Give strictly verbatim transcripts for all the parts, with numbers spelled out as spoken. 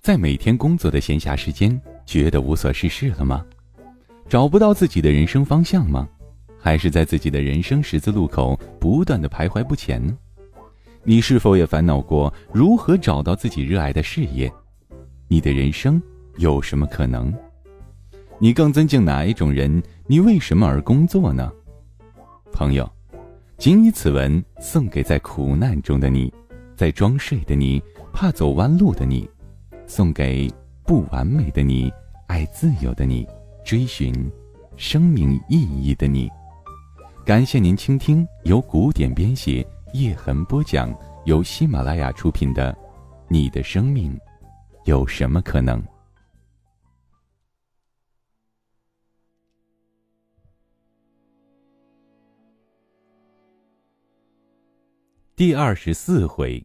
在每天工作的闲暇时间，觉得无所事事了吗？找不到自己的人生方向吗？还是在自己的人生十字路口不断的徘徊不前呢？你是否也烦恼过如何找到自己热爱的事业？你的人生有什么可能？你更尊敬哪一种人？你为什么而工作呢？朋友，谨以此文送给在苦难中的你，在装睡的你，怕走弯路的你，送给不完美的你，爱自由的你，追寻生命意义的你。感谢您倾听由古典编写，叶痕播讲，由喜马拉雅出品的《你的生命有什么可能》。第二十四回。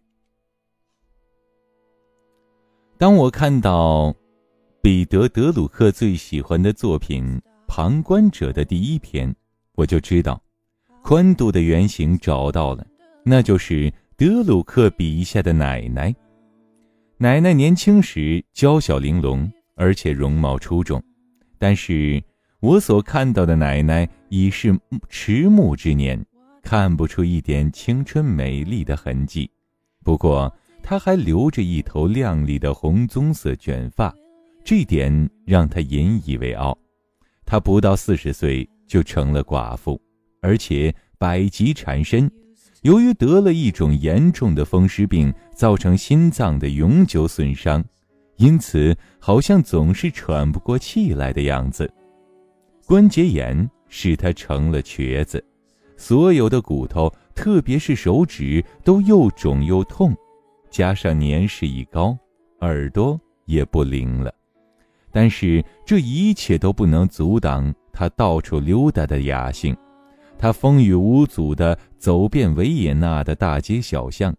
当我看到彼得·德鲁克最喜欢的作品《旁观者》的第一篇，我就知道宽度的原型找到了，那就是德鲁克笔下的奶奶。奶奶年轻时娇小玲珑，而且容貌出众，但是我所看到的奶奶已是迟暮之年，看不出一点青春美丽的痕迹。不过她还留着一头亮丽的红棕色卷发，这点让她引以为傲。她不到四十岁就成了寡妇，而且百疾缠身，由于得了一种严重的风湿病，造成心脏的永久损伤，因此好像总是喘不过气来的样子。关节炎使她成了瘸子，所有的骨头，特别是手指都又肿又痛，加上年事已高，耳朵也不灵了。但是这一切都不能阻挡她到处溜达的雅兴。他风雨无阻地走遍维也纳的大街小巷，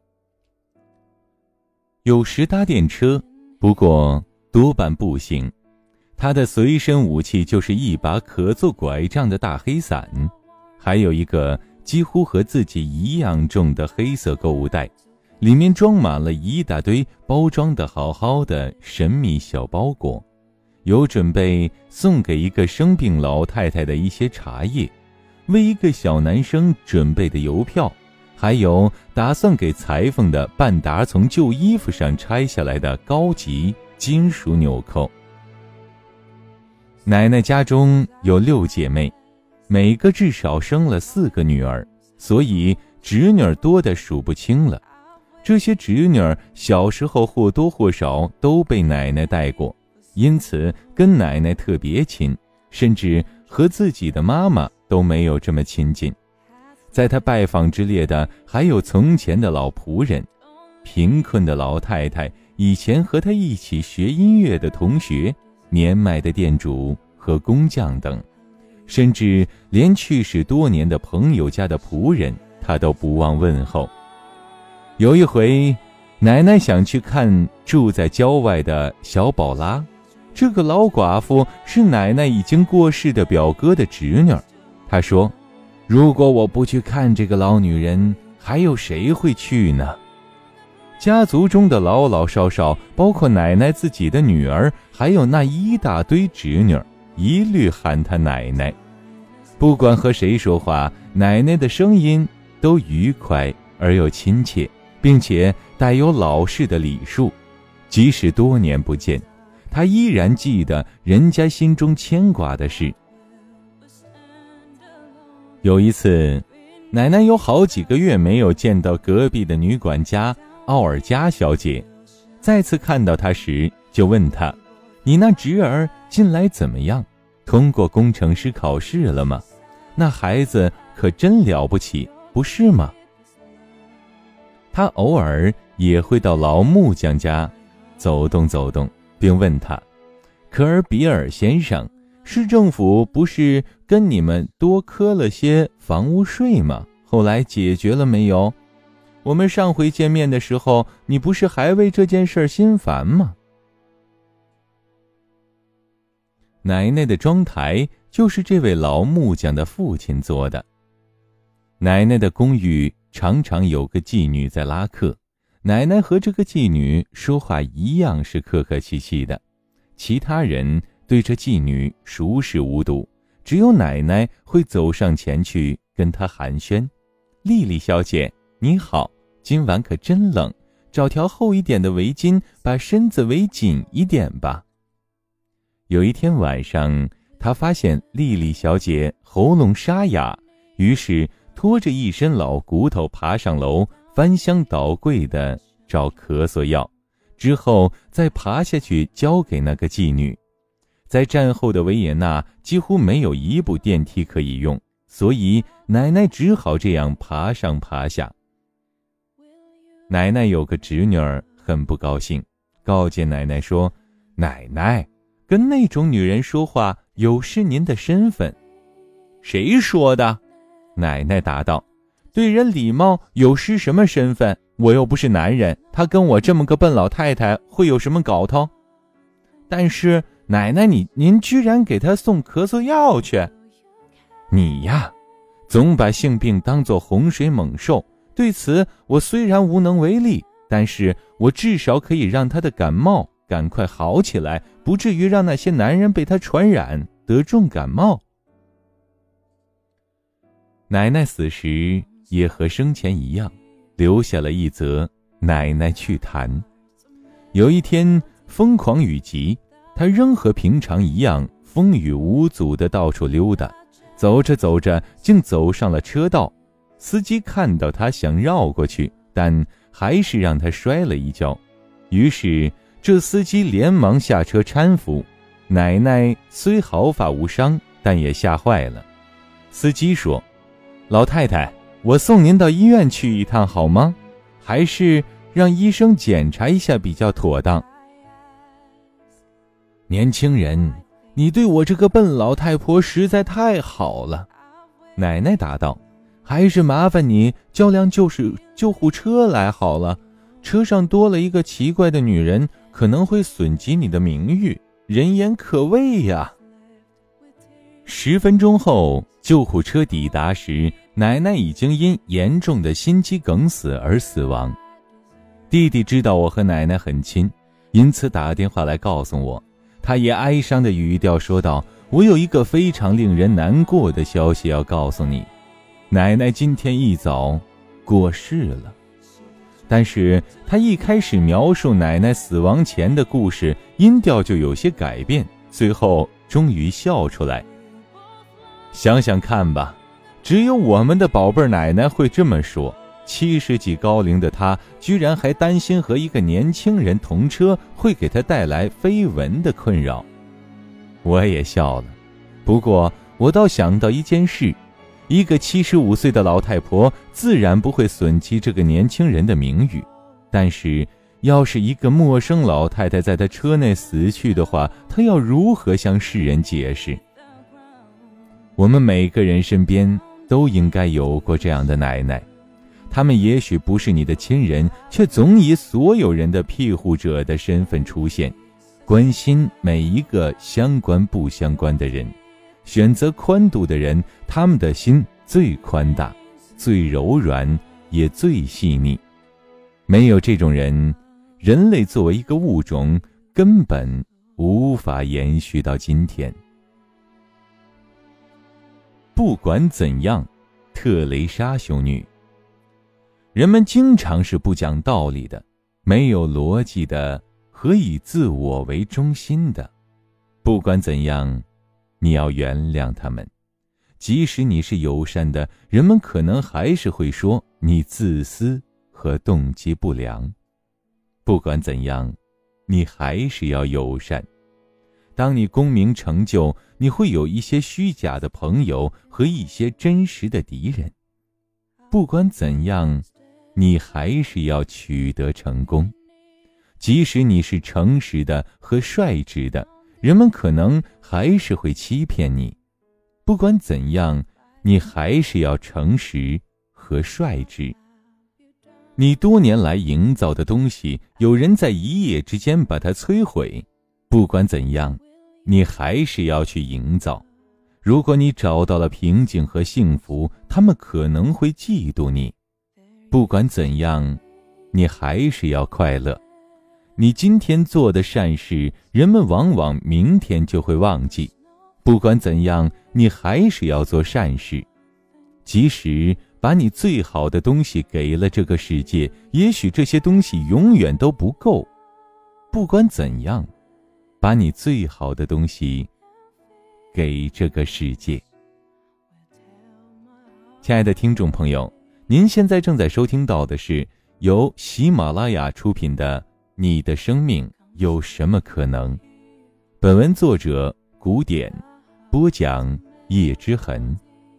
有时搭电车，不过多半步行。他的随身武器就是一把可做拐杖的大黑伞，还有一个几乎和自己一样重的黑色购物袋，里面装满了一大堆包装得好好的神秘小包裹，有准备送给一个生病老太太的一些茶叶，为一个小男生准备的邮票，还有打算给裁缝的半打从旧衣服上拆下来的高级金属纽扣。奶奶家中有六姐妹，每个至少生了四个女儿，所以侄女多得数不清了。这些侄女小时候或多或少都被奶奶带过，因此跟奶奶特别亲，甚至和自己的妈妈都没有这么亲近。在他拜访之列的还有从前的老仆人，贫困的老太太，以前和他一起学音乐的同学，年迈的店主和工匠等，甚至连去世多年的朋友家的仆人，他都不忘问候。有一回，奶奶想去看住在郊外的小宝拉，这个老寡妇是奶奶已经过世的表哥的侄女。她说，如果我不去看这个老女人，还有谁会去呢？家族中的老老少少，包括奶奶自己的女儿，还有那一大堆侄女，一律喊她奶奶。不管和谁说话，奶奶的声音都愉快而又亲切，并且带有老式的礼数。即使多年不见，她依然记得人家心中牵挂的事。有一次，奶奶有好几个月没有见到隔壁的女管家奥尔加小姐，再次看到她时，就问她，你那侄儿近来怎么样？通过工程师考试了吗？那孩子可真了不起，不是吗？她偶尔也会到老木匠家走动走动，并问他，可尔比尔先生，市政府不是跟你们多科了些房屋税吗？后来解决了没有？我们上回见面的时候，你不是还为这件事心烦吗？奶奶的妆台就是这位老木匠的父亲做的。奶奶的公寓常常有个妓女在拉客， 奶奶和这个妓女说话一样是客客气气的，其他人对这妓女熟视无睹，只有奶奶会走上前去跟她寒暄：“丽丽小姐，你好，今晚可真冷，找条厚一点的围巾，把身子围紧一点吧。”有一天晚上，她发现丽丽小姐喉咙沙哑，于是拖着一身老骨头爬上楼，翻箱倒柜的找咳嗽药，之后再爬下去交给那个妓女。在战后的维也纳几乎没有一部电梯可以用，所以奶奶只好这样爬上爬下。奶奶有个侄女儿很不高兴，告诫奶奶说：“奶奶，跟那种女人说话有失您的身份。”“谁说的？”奶奶答道，“对人礼貌有失什么身份？我又不是男人，她跟我这么个笨老太太会有什么搞头？”“但是奶奶你您居然给她送咳嗽药去。”“你呀，总把性病当作洪水猛兽，对此我虽然无能为力，但是我至少可以让她的感冒赶快好起来，不至于让那些男人被她传染得重感冒。”奶奶死时也和生前一样，留下了一则奶奶趣谈。有一天疯狂雨急，她仍和平常一样风雨无阻地到处溜达，走着走着竟走上了车道。司机看到她想绕过去，但还是让她摔了一跤，于是这司机连忙下车搀扶。奶奶虽毫发无伤，但也吓坏了。司机说：“老太太，我送您到医院去一趟好吗？还是让医生检查一下比较妥当。”“年轻人，你对我这个笨老太婆实在太好了。”奶奶答道，“还是麻烦你叫辆救护救护车来好了，车上多了一个奇怪的女人，可能会损及你的名誉，人言可畏呀。”十分钟后，救护车抵达时，奶奶已经因严重的心肌梗死而死亡。弟弟知道我和奶奶很亲，因此打电话来告诉我。他也哀伤的语调说道：“我有一个非常令人难过的消息要告诉你，奶奶今天一早过世了。”但是他一开始描述奶奶死亡前的故事，音调就有些改变，最后终于笑出来。想想看吧，只有我们的宝贝奶奶会这么说，七十几高龄的她居然还担心和一个年轻人同车会给她带来绯闻的困扰。我也笑了，不过我倒想到一件事，一个七十五岁的老太婆自然不会损及这个年轻人的名誉，但是要是一个陌生老太太在她车内死去的话，她要如何向世人解释？我们每个人身边都应该有过这样的奶奶，他们也许不是你的亲人，却总以所有人的庇护者的身份出现，关心每一个相关不相关的人。选择宽度的人，他们的心最宽大，最柔软，也最细腻。没有这种人，人类作为一个物种根本无法延续到今天。不管怎样，特蕾莎修女。人们经常是不讲道理的，没有逻辑的和以自我为中心的。不管怎样，你要原谅他们。即使你是友善的，人们可能还是会说你自私和动机不良。不管怎样，你还是要友善。当你功名成就，你会有一些虚假的朋友和一些真实的敌人。不管怎样，你还是要取得成功。即使你是诚实的和率直的，人们可能还是会欺骗你。不管怎样，你还是要诚实和率直。你多年来营造的东西，有人在一夜之间把它摧毁。不管怎样，你还是要去营造。如果你找到了平静和幸福，他们可能会嫉妒你。不管怎样， 你还是要快乐。你今天做的善事，人们往往明天就会忘记。不管怎样，你还是要做善事。即使把你最好的东西给了这个世界，也许这些东西永远都不够。不管怎样，把你最好的东西给这个世界。亲爱的听众朋友，您现在正在收听到的是由喜马拉雅出品的《你的生命有什么可能》，本文作者古典，播讲叶之痕。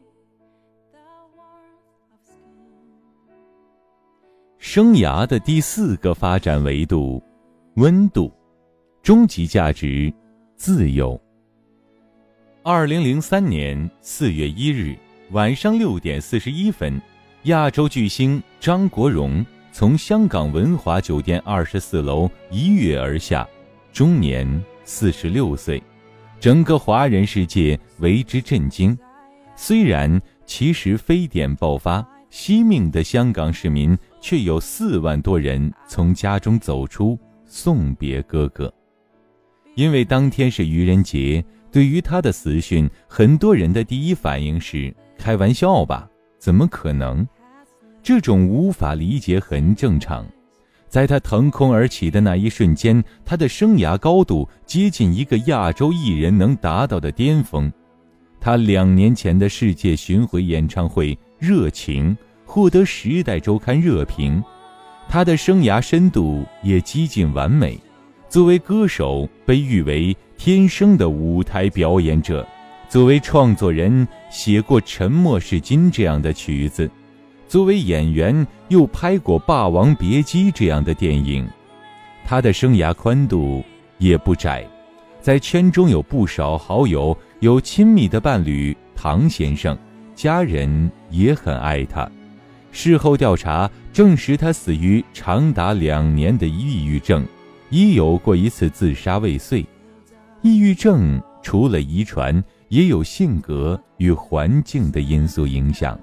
生涯的第四个发展维度，温度，终极价值，自由。二零零三年四月一日晚上六点四十一分，亚洲巨星张国荣从香港文华酒店二十四楼一跃而下，终年四十六岁，整个华人世界为之震惊。虽然其实非典爆发，惜命的香港市民却有四万多人从家中走出，送别哥哥。因为当天是愚人节，对于他的死讯，很多人的第一反应是开玩笑吧，怎么可能？这种无法理解很正常。在他腾空而起的那一瞬间，他的生涯高度接近一个亚洲艺人能达到的巅峰。他两年前的世界巡回演唱会《热情》获得《时代周刊》热评，他的生涯深度也几近完美。作为歌手，被誉为天生的舞台表演者；作为创作人，写过《沉默是金》这样的曲子；作为演员，又拍过《霸王别姬》这样的电影。他的生涯宽度也不窄，在圈中有不少好友，有亲密的伴侣唐先生，家人也很爱他。事后调查证实，他死于长达两年的抑郁症，已有过一次自杀未遂。抑郁症除了遗传，也有性格与环境的因素影响。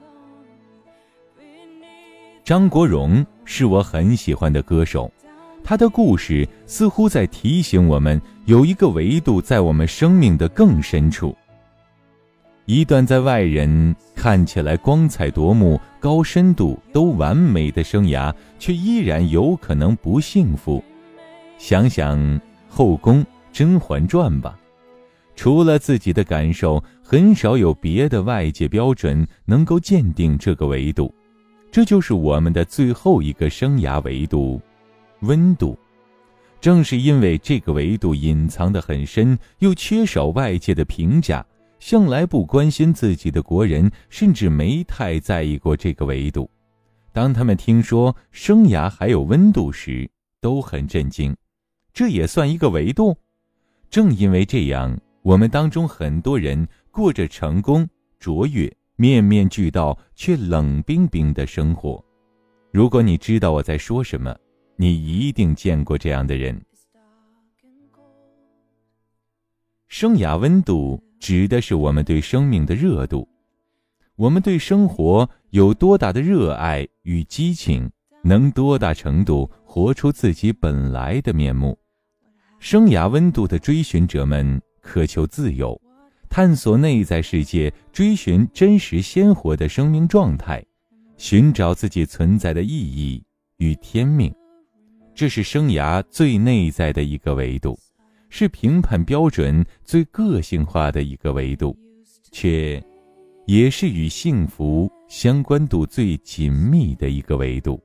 张国荣是我很喜欢的歌手，他的故事似乎在提醒我们，有一个维度在我们生命的更深处。一段在外人看起来光彩夺目、高深度都完美的生涯，却依然有可能不幸福。想想后宫、甄嬛传吧，除了自己的感受，很少有别的外界标准能够鉴定这个维度。这就是我们的最后一个生涯维度，温度。正是因为这个维度隐藏得很深，又缺少外界的评价，向来不关心自己的国人甚至没太在意过这个维度。当他们听说生涯还有温度时，都很震惊。这也算一个维度？正因为这样，我们当中很多人过着成功、卓越、面面俱到却冷冰冰的生活。如果你知道我在说什么，你一定见过这样的人。生涯温度指的是我们对生命的热度，我们对生活有多大的热爱与激情，能多大程度活出自己本来的面目。生涯温度的追寻者们渴求自由，探索内在世界，追寻真实鲜活的生命状态，寻找自己存在的意义与天命。这是生涯最内在的一个维度，是评判标准最个性化的一个维度，却也是与幸福相关度最紧密的一个维度。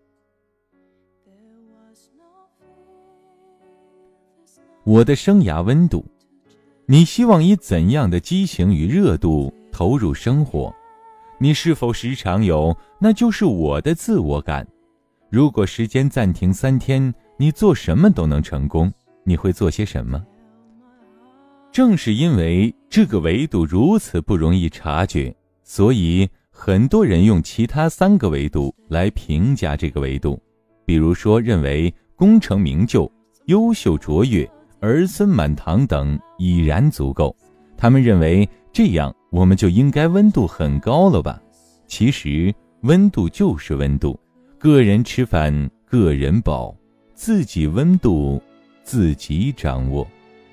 我的生涯温度，你希望以怎样的激情与热度投入生活？你是否时常有那就是我的自我感？如果时间暂停三天，你做什么都能成功，你会做些什么？正是因为这个维度如此不容易察觉，所以很多人用其他三个维度来评价这个维度。比如说认为功成名就、优秀卓越、儿孙满堂等已然足够，他们认为这样我们就应该温度很高了吧？其实温度就是温度，个人吃饭个人保，自己温度自己掌握。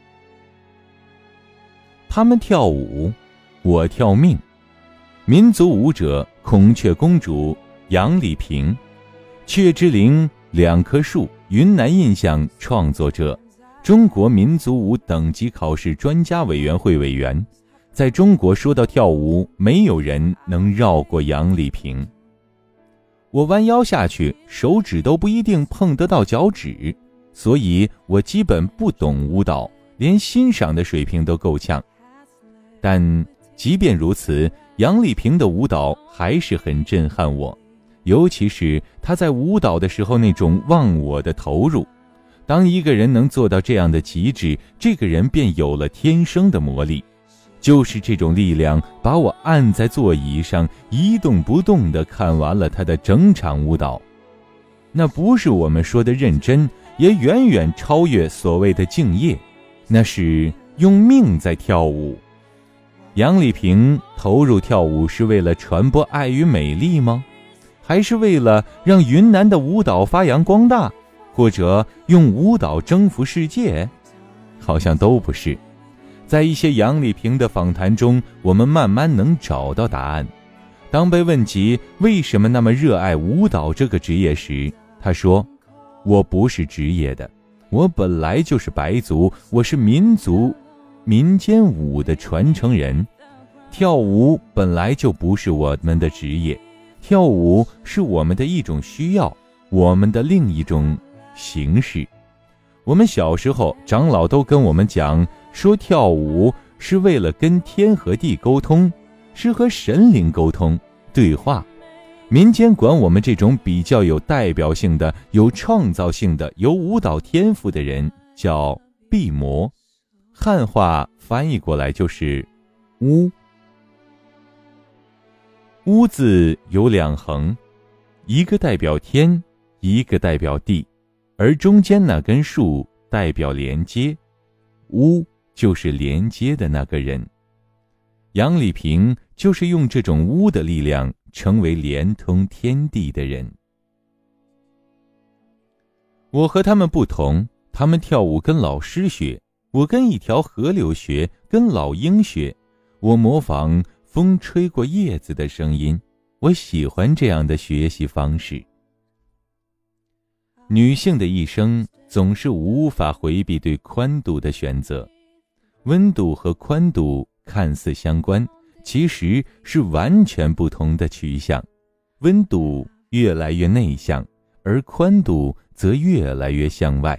他们跳舞，我跳命。民族舞者孔雀公主杨丽萍，雀之灵两棵树云南印象创作者，中国民族舞等级考试专家委员会委员。在中国说到跳舞，没有人能绕过杨丽萍。我弯腰下去，手指都不一定碰得到脚趾，所以我基本不懂舞蹈，连欣赏的水平都够呛。但即便如此，杨丽萍的舞蹈还是很震撼我，尤其是她在舞蹈的时候那种忘我的投入。当一个人能做到这样的极致，这个人便有了天生的魔力。就是这种力量把我按在座椅上一动不动地看完了他的整场舞蹈。那不是我们说的认真，也远远超越所谓的敬业，那是用命在跳舞。杨丽萍投入跳舞是为了传播爱与美丽吗？还是为了让云南的舞蹈发扬光大，或者用舞蹈征服世界？好像都不是。在一些杨丽萍的访谈中，我们慢慢能找到答案。当被问及为什么那么热爱舞蹈这个职业时，她说：我不是职业的，我本来就是白族，我是民族民间舞的传承人。跳舞本来就不是我们的职业，跳舞是我们的一种需要，我们的另一种形式。我们小时候长老都跟我们讲，说跳舞是为了跟天和地沟通，是和神灵沟通对话。民间管我们这种比较有代表性的、有创造性的、有舞蹈天赋的人叫毕魔，汉话翻译过来就是巫。巫字有两横，一个代表天，一个代表地，而中间那根树代表连接，巫就是连接的那个人。杨丽萍就是用这种巫的力量成为连通天地的人。我和他们不同，他们跳舞跟老师学，我跟一条河流学，跟老鹰学。我模仿风吹过叶子的声音，我喜欢这样的学习方式。女性的一生总是无法回避对宽度的选择，温度和宽度看似相关，其实是完全不同的取向。温度越来越内向，而宽度则越来越向外。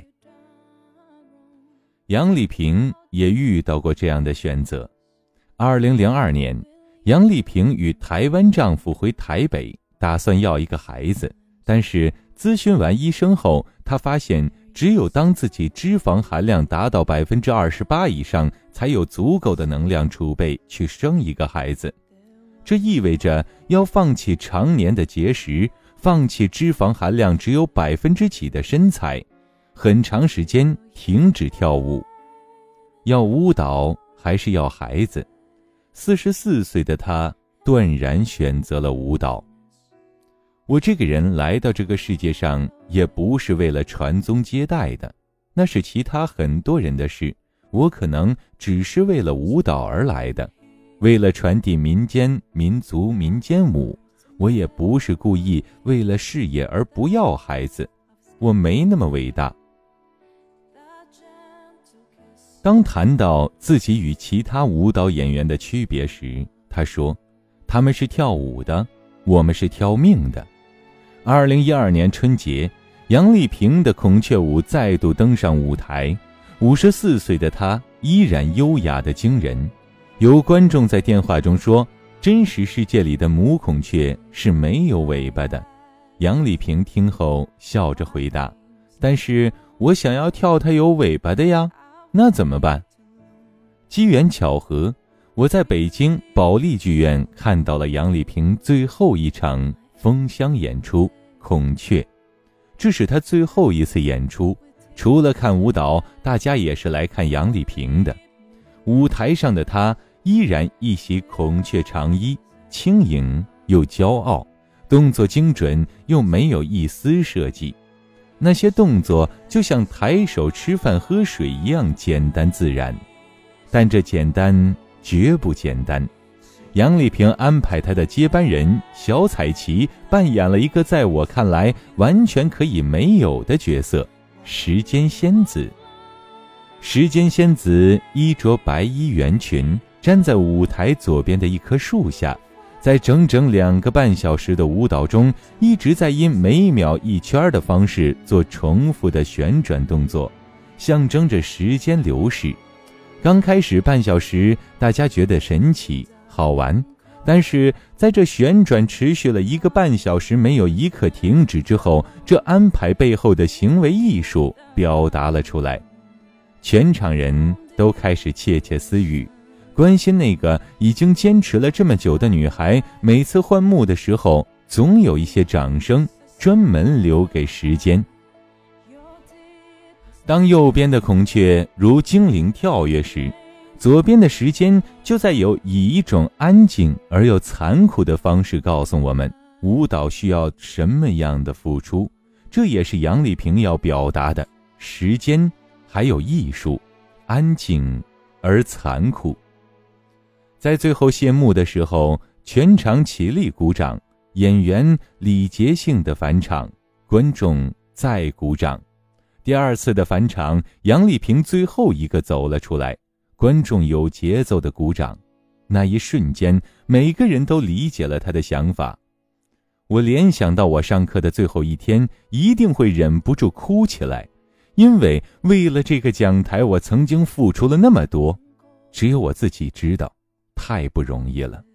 杨丽萍也遇到过这样的选择。二零零二年，杨丽萍与台湾丈夫回台北，打算要一个孩子，但是咨询完医生后，她发现只有当自己脂肪含量达到 百分之二十八 以上，才有足够的能量储备去生一个孩子。这意味着要放弃常年的节食，放弃脂肪含量只有百分之几的身材，很长时间停止跳舞。要舞蹈还是要孩子？四十四岁的她断然选择了舞蹈。我这个人来到这个世界上也不是为了传宗接代的，那是其他很多人的事，我可能只是为了舞蹈而来的，为了传递民间民族民间舞。我也不是故意为了事业而不要孩子，我没那么伟大。当谈到自己与其他舞蹈演员的区别时，他说，他们是跳舞的，我们是挑命的。二零一二年春节，杨丽萍的孔雀舞再度登上舞台，五十四岁的她依然优雅的惊人。有观众在电话中说，真实世界里的母孔雀是没有尾巴的。杨丽萍听后笑着回答，但是我想要跳它有尾巴的呀，那怎么办？机缘巧合，我在北京保利剧院看到了杨丽萍最后一场封箱演出《孔雀》，这是她最后一次演出，除了看舞蹈，大家也是来看杨丽萍的。舞台上的她依然一袭孔雀长衣，轻盈又骄傲，动作精准又没有一丝设计， 那些动作就像抬手吃饭喝水一样简单自然，但这简单绝不简单。杨丽萍安排她的接班人小彩旗扮演了一个在我看来完全可以没有的角色——时间仙子。时间仙子衣着白衣圆裙，站在舞台左边的一棵树下，在整整两个半小时的舞蹈中，一直在以每秒一圈的方式做重复的旋转动作，象征着时间流逝。刚开始半小时，大家觉得神奇好玩，但是在这旋转持续了一个半小时没有一刻停止之后，这安排背后的行为艺术表达了出来。全场人都开始窃窃私语，关心那个已经坚持了这么久的女孩，每次换幕的时候总有一些掌声专门留给时间。当右边的孔雀如精灵跳跃时，左边的时间就在有以一种安静而又残酷的方式告诉我们，舞蹈需要什么样的付出。这也是杨丽萍要表达的，时间还有艺术，安静而残酷。在最后谢幕的时候，全场起立鼓掌，演员礼节性的返场，观众再鼓掌。第二次的返场，杨丽萍最后一个走了出来，观众有节奏的鼓掌。那一瞬间，每个人都理解了她的想法。我联想到我上课的最后一天，一定会忍不住哭起来，因为为了这个讲台，我曾经付出了那么多，只有我自己知道，太不容易了。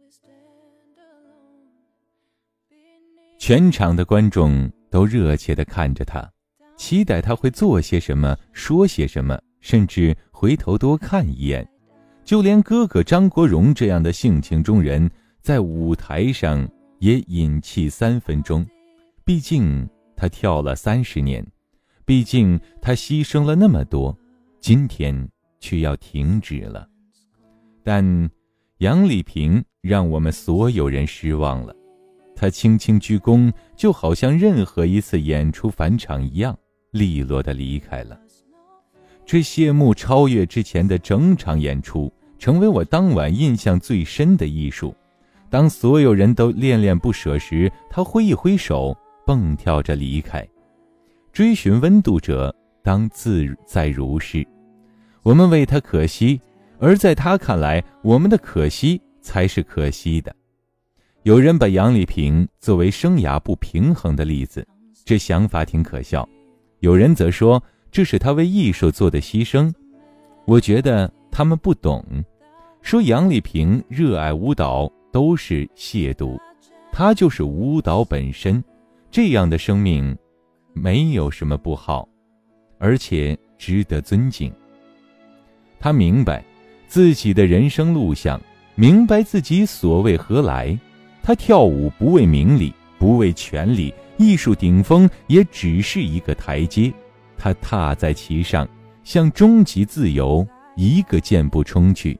全场的观众都热切地看着他，期待他会做些什么，说些什么，甚至回头多看一眼。就连哥哥张国荣这样的性情中人，在舞台上也隐气三分钟。毕竟他跳了三十年，毕竟他牺牲了那么多，今天却要停止了。但杨丽萍让我们所有人失望了。她轻轻鞠躬，就好像任何一次演出返场一样，利落地离开了。这谢幕超越之前的整场演出，成为我当晚印象最深的艺术。当所有人都恋恋不舍时，她挥一挥手，蹦跳着离开。追寻温度者当自在如是。我们为她可惜，而在她看来，我们的可惜才是可惜的。有人把杨丽萍作为生涯不平衡的例子，这想法挺可笑。有人则说这是她为艺术做的牺牲。我觉得他们不懂，说杨丽萍热爱舞蹈都是亵渎，她就是舞蹈本身，这样的生命没有什么不好，而且值得尊敬。她明白自己的人生路向，明白自己所谓何来。她跳舞不为名利，不为权力，艺术顶峰也只是一个台阶，她踏在其上，向终极自由一个箭步冲去。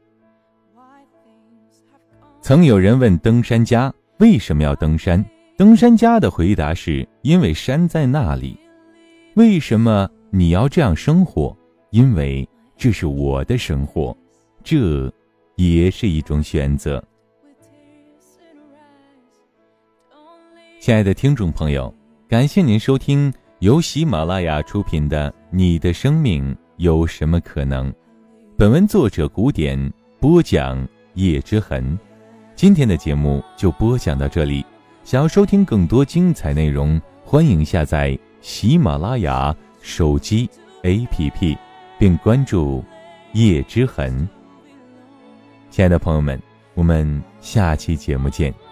曾有人问登山家为什么要登山，登山家的回答是因为山在那里。为什么你要这样生活？因为这是我的生活，这也是一种选择。亲爱的听众朋友，感谢您收听由喜马拉雅出品的《你的生命有什么可能》，本文作者古典，播讲叶之痕。今天的节目就播讲到这里，想要收听更多精彩内容，欢迎下载喜马拉雅手机 A P P 并关注叶之痕。亲爱的朋友们，我们下期节目见。